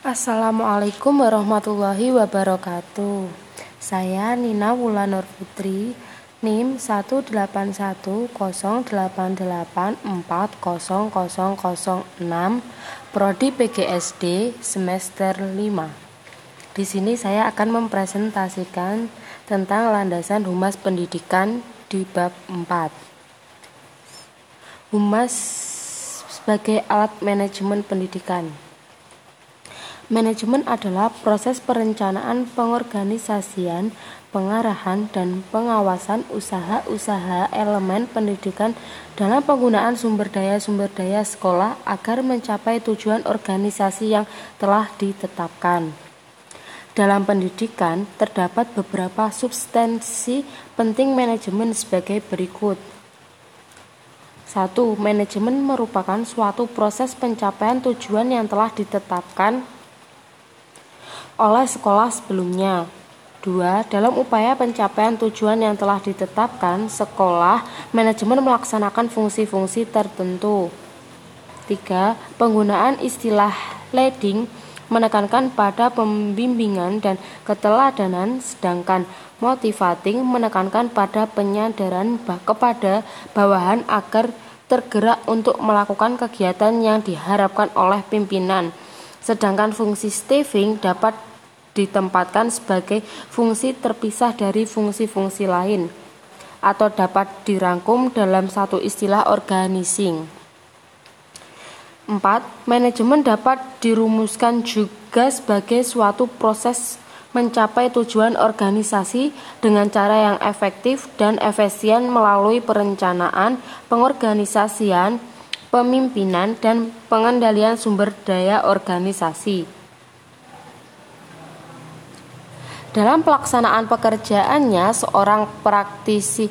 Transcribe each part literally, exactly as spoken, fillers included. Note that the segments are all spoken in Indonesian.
Assalamualaikum warahmatullahi wabarakatuh. Saya Nina Wulanur Putri, N I M satu delapan satu nol delapan delapan empat nol nol nol enam, Prodi P G S D semester lima. Di sini saya akan mempresentasikan tentang landasan Humas Pendidikan di bab empat. Humas sebagai alat manajemen pendidikan. Manajemen adalah proses perencanaan, pengorganisasian, pengarahan, dan pengawasan usaha-usaha elemen pendidikan dalam penggunaan sumber daya-sumber daya sekolah agar mencapai tujuan organisasi yang telah ditetapkan. Dalam pendidikan, terdapat beberapa substansi penting manajemen sebagai berikut. satu. Manajemen merupakan suatu proses pencapaian tujuan yang telah ditetapkan oleh sekolah sebelumnya. Dua. Dalam upaya pencapaian tujuan yang telah ditetapkan, sekolah manajemen melaksanakan fungsi-fungsi tertentu. Tiga. Penggunaan istilah leading menekankan pada pembimbingan dan keteladanan, sedangkan motivating menekankan pada penyadaran kepada bawahan agar tergerak untuk melakukan kegiatan yang diharapkan oleh pimpinan. Sedangkan fungsi staffing dapat ditempatkan sebagai fungsi terpisah dari fungsi-fungsi lain atau dapat dirangkum dalam satu istilah organizing. Empat. Manajemen dapat dirumuskan juga sebagai suatu proses mencapai tujuan organisasi dengan cara yang efektif dan efisien melalui perencanaan, pengorganisasian, pemimpinan, dan pengendalian sumber daya organisasi. Dalam pelaksanaan pekerjaannya, seorang praktisi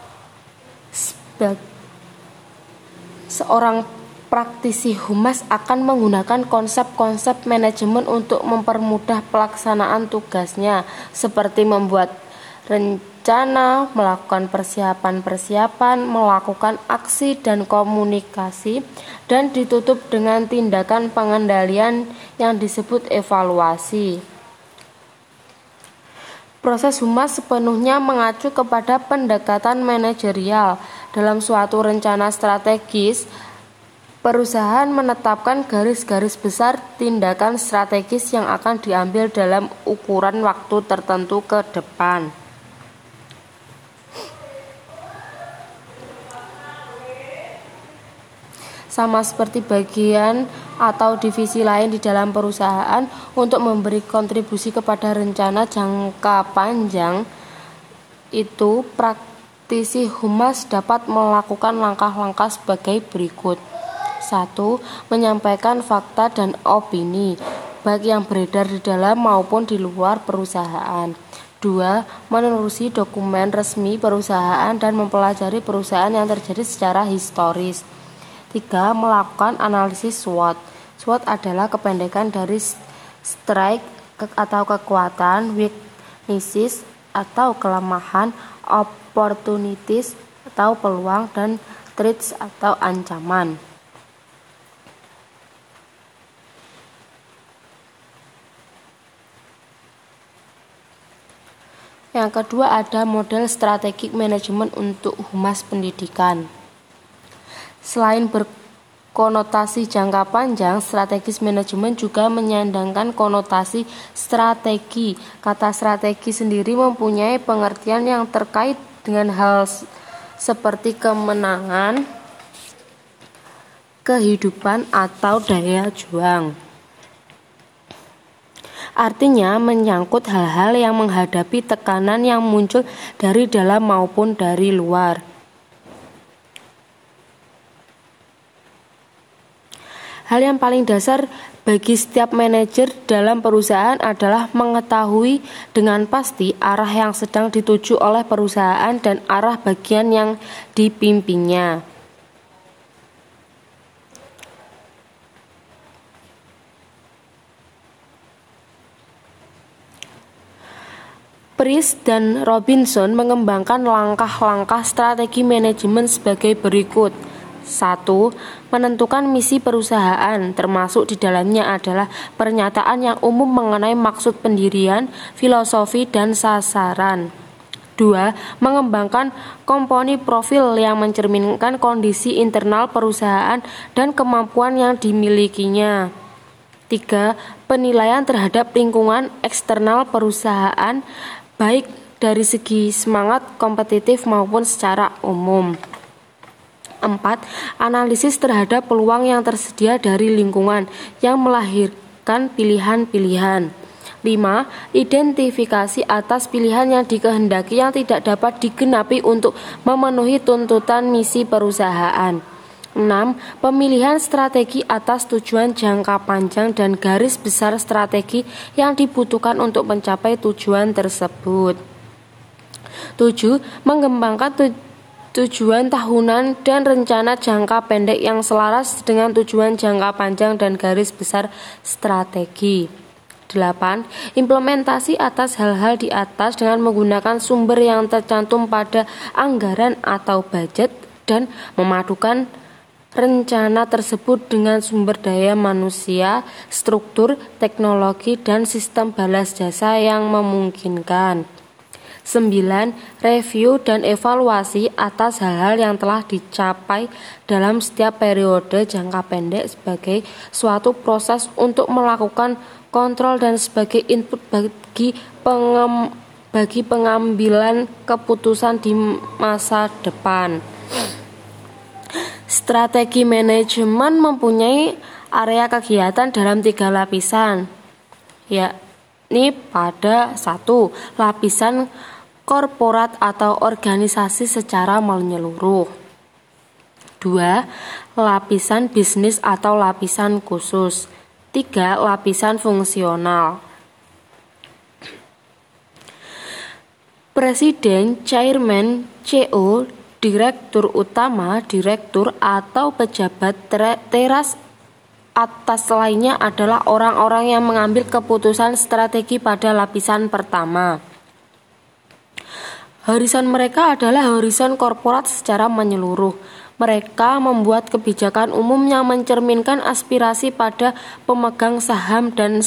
seorang praktisi humas akan menggunakan konsep-konsep manajemen untuk mempermudah pelaksanaan tugasnya, seperti membuat rencana, melakukan persiapan-persiapan, melakukan aksi dan komunikasi, dan ditutup dengan tindakan pengendalian yang disebut evaluasi. Proses humas sepenuhnya mengacu kepada pendekatan manajerial. Dalam suatu rencana strategis, perusahaan menetapkan garis-garis besar tindakan strategis yang akan diambil dalam ukuran waktu tertentu ke depan. Sama seperti bagian atau divisi lain di dalam perusahaan, untuk memberi kontribusi kepada rencana jangka panjang itu, praktisi humas dapat melakukan langkah-langkah sebagai berikut. Satu. Menyampaikan fakta dan opini, baik yang beredar di dalam maupun di luar perusahaan. Dua. Menelusuri dokumen resmi perusahaan dan mempelajari perusahaan yang terjadi secara historis. Tiga. Melakukan analisis SWOT. SWOT adalah kependekan dari strength atau kekuatan, weaknesses atau kelemahan, opportunities atau peluang, dan threats atau ancaman. Yang kedua, ada model strategic management untuk humas pendidikan. Selain berkonotasi jangka panjang, strategis manajemen juga menyandangkan konotasi strategi. Kata strategi sendiri mempunyai pengertian yang terkait dengan hal seperti kemenangan, kehidupan, atau daya juang. Artinya menyangkut hal-hal yang menghadapi tekanan yang muncul dari dalam maupun dari luar. Hal yang paling dasar bagi setiap manajer dalam perusahaan adalah mengetahui dengan pasti arah yang sedang dituju oleh perusahaan dan arah bagian yang dipimpinnya. Price dan Robinson mengembangkan langkah-langkah strategi manajemen sebagai berikut. Satu, menentukan misi perusahaan, termasuk di dalamnya adalah pernyataan yang umum mengenai maksud pendirian, filosofi, dan sasaran. Dua, mengembangkan komponen profil yang mencerminkan kondisi internal perusahaan dan kemampuan yang dimilikinya. Tiga, penilaian terhadap lingkungan eksternal perusahaan, baik dari segi semangat kompetitif maupun secara umum. Empat, analisis terhadap peluang yang tersedia dari lingkungan yang melahirkan pilihan-pilihan. Lima, identifikasi atas pilihan yang dikehendaki yang tidak dapat digenapi untuk memenuhi tuntutan misi perusahaan. Enam, pemilihan strategi atas tujuan jangka panjang dan garis besar strategi yang dibutuhkan untuk mencapai tujuan tersebut. Tujuh, mengembangkan tujuan tujuan tahunan dan rencana jangka pendek yang selaras dengan tujuan jangka panjang dan garis besar strategi. Delapan, implementasi atas hal-hal di atas dengan menggunakan sumber yang tercantum pada anggaran atau budget dan memadukan rencana tersebut dengan sumber daya manusia, struktur, teknologi, dan sistem balas jasa yang memungkinkan. Sembilan, review dan evaluasi atas hal-hal yang telah dicapai dalam setiap periode jangka pendek sebagai suatu proses untuk melakukan kontrol dan sebagai input bagi, pengem, bagi pengambilan keputusan di masa depan. Strategi manajemen mempunyai area kegiatan dalam tiga lapisan, yakni pada satu, lapisan korporat atau organisasi secara menyeluruh. Dua, lapisan bisnis atau lapisan khusus. Tiga, lapisan fungsional. Presiden, chairman, C E O, direktur utama, direktur atau pejabat teras atas lainnya adalah orang-orang yang mengambil keputusan strategi pada lapisan pertama. Horizon mereka adalah horizon korporat secara menyeluruh. Mereka membuat kebijakan umum yang mencerminkan aspirasi pada pemegang saham dan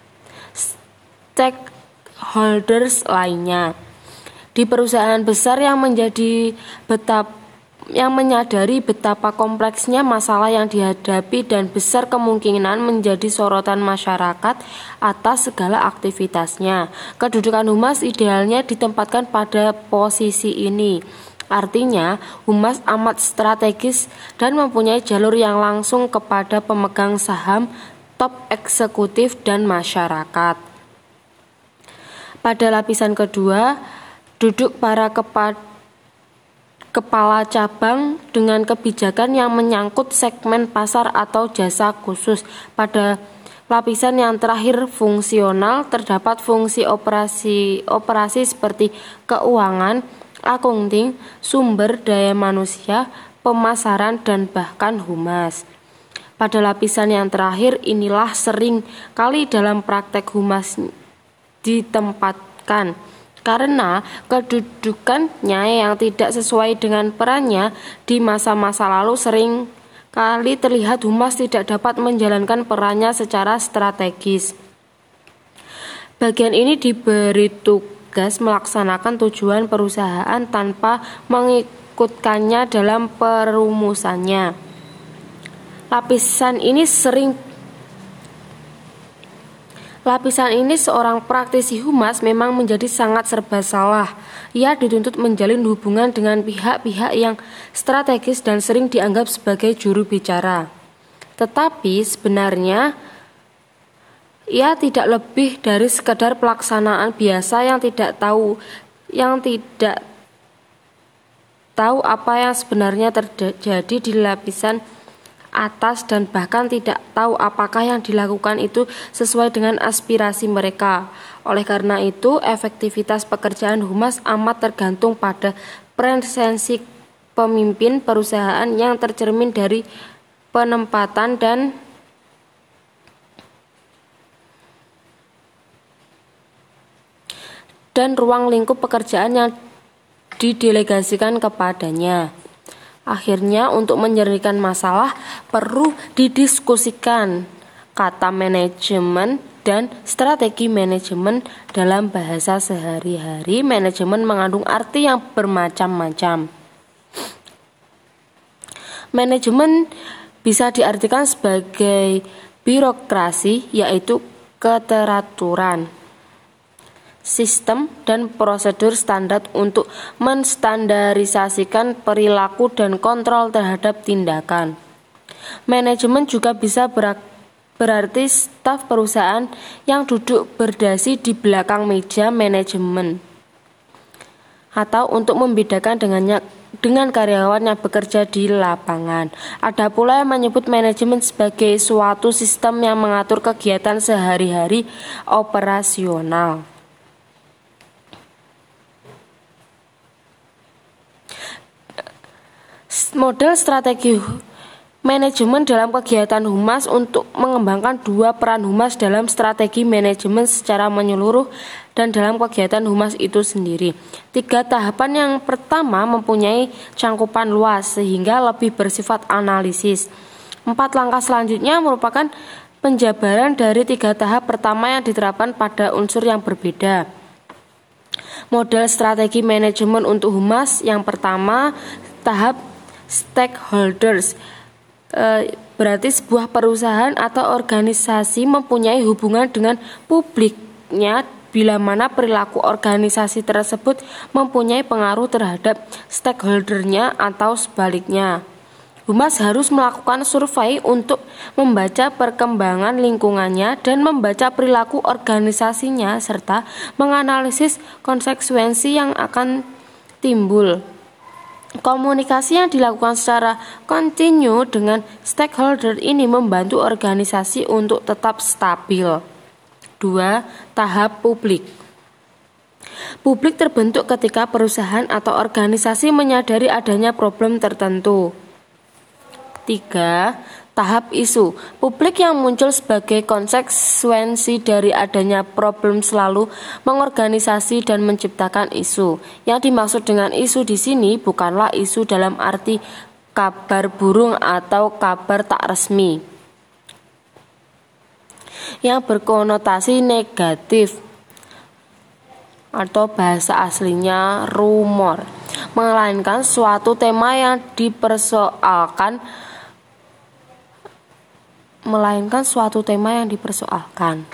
stakeholders lainnya. Di perusahaan besar yang menjadi betapa yang menyadari betapa kompleksnya masalah yang dihadapi dan besar kemungkinan menjadi sorotan masyarakat atas segala aktivitasnya. Kedudukan humas idealnya ditempatkan pada posisi ini. Artinya, humas amat strategis dan mempunyai jalur yang langsung kepada pemegang saham, top eksekutif, dan masyarakat. Pada lapisan kedua, duduk para kepada kepala cabang dengan kebijakan yang menyangkut segmen pasar atau jasa khusus. Pada lapisan yang terakhir fungsional terdapat fungsi operasi operasi seperti keuangan, akunting, sumber daya manusia, pemasaran, dan bahkan humas. Pada lapisan yang terakhir inilah sering kali dalam praktek humas ditempatkan. Karena kedudukannya yang tidak sesuai dengan perannya di masa-masa lalu sering kali terlihat humas tidak dapat menjalankan perannya secara strategis. Bagian ini diberi tugas melaksanakan tujuan perusahaan tanpa mengikutkannya dalam perumusannya. Lapisan ini sering Lapisan ini seorang praktisi humas memang menjadi sangat serba salah. Ia dituntut menjalin hubungan dengan pihak-pihak yang strategis dan sering dianggap sebagai juru bicara. Tetapi sebenarnya ia tidak lebih dari sekadar pelaksanaan biasa yang tidak tahu yang tidak tahu apa yang sebenarnya terjadi di lapisan atas dan bahkan tidak tahu apakah yang dilakukan itu sesuai dengan aspirasi mereka. Oleh karena itu, efektivitas pekerjaan humas amat tergantung pada presensi pemimpin perusahaan yang tercermin dari penempatan dan dan ruang lingkup pekerjaan yang didelegasikan kepadanya. Akhirnya, untuk menyelesaikan masalah perlu didiskusikan. Kata manajemen dan strategi manajemen dalam bahasa sehari-hari, manajemen mengandung arti yang bermacam-macam. Manajemen bisa diartikan sebagai birokrasi, yaitu keteraturan, sistem dan prosedur standar untuk menstandarisasikan perilaku dan kontrol terhadap tindakan. Manajemen juga bisa berarti staf perusahaan yang duduk berdasi di belakang meja manajemen, atau untuk membedakan dengannya dengan karyawan yang bekerja di lapangan. Ada pula yang menyebut manajemen sebagai suatu sistem yang mengatur kegiatan sehari-hari operasional. Model strategi manajemen dalam kegiatan humas untuk mengembangkan dua peran humas dalam strategi manajemen secara menyeluruh dan dalam kegiatan humas itu sendiri. Tiga tahapan yang pertama mempunyai cangkupan luas sehingga lebih bersifat analisis. Empat langkah selanjutnya merupakan penjabaran dari tiga tahap pertama yang diterapkan pada unsur yang berbeda. Model strategi manajemen untuk humas yang pertama, tahap stakeholders. E, berarti sebuah perusahaan atau organisasi mempunyai hubungan dengan publiknya bila mana perilaku organisasi tersebut mempunyai pengaruh terhadap stakeholdernya atau sebaliknya. Humas harus melakukan survei untuk membaca perkembangan lingkungannya dan membaca perilaku organisasinya serta menganalisis konsekuensi yang akan timbul. Komunikasi yang dilakukan secara kontinu dengan stakeholder ini membantu organisasi untuk tetap stabil. Dua. Tahap publik. Publik terbentuk ketika perusahaan atau organisasi menyadari adanya problem tertentu. Tiga. Tahap isu. Publik yang muncul sebagai konsekuensi dari adanya problem selalu mengorganisasi dan menciptakan isu. Yang dimaksud dengan isu di sini bukanlah isu dalam arti kabar burung atau kabar tak resmi yang berkonotasi negatif atau bahasa aslinya rumor, melainkan suatu tema yang dipersoalkan melainkan suatu tema yang dipersoalkan.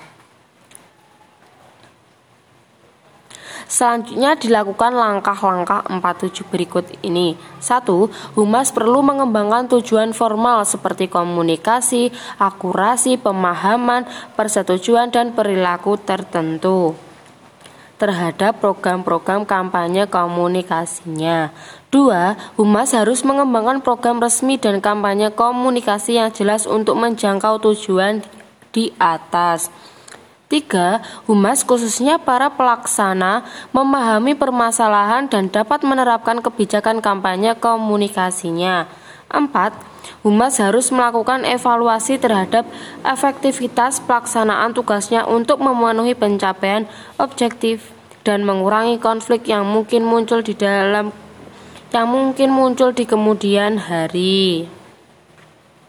Selanjutnya dilakukan langkah-langkah empat tujuh berikut ini. Satu. Humas perlu mengembangkan tujuan formal seperti komunikasi, akurasi, pemahaman, persetujuan, dan perilaku tertentu terhadap program-program kampanye komunikasinya. Dua. Humas harus mengembangkan program resmi dan kampanye komunikasi yang jelas untuk menjangkau tujuan di atas. Tiga. Humas khususnya para pelaksana memahami permasalahan dan dapat menerapkan kebijakan kampanye komunikasinya. Empat. Humas harus melakukan evaluasi terhadap efektivitas pelaksanaan tugasnya untuk memenuhi pencapaian objektif dan mengurangi konflik yang mungkin muncul di dalam yang mungkin muncul di kemudian hari.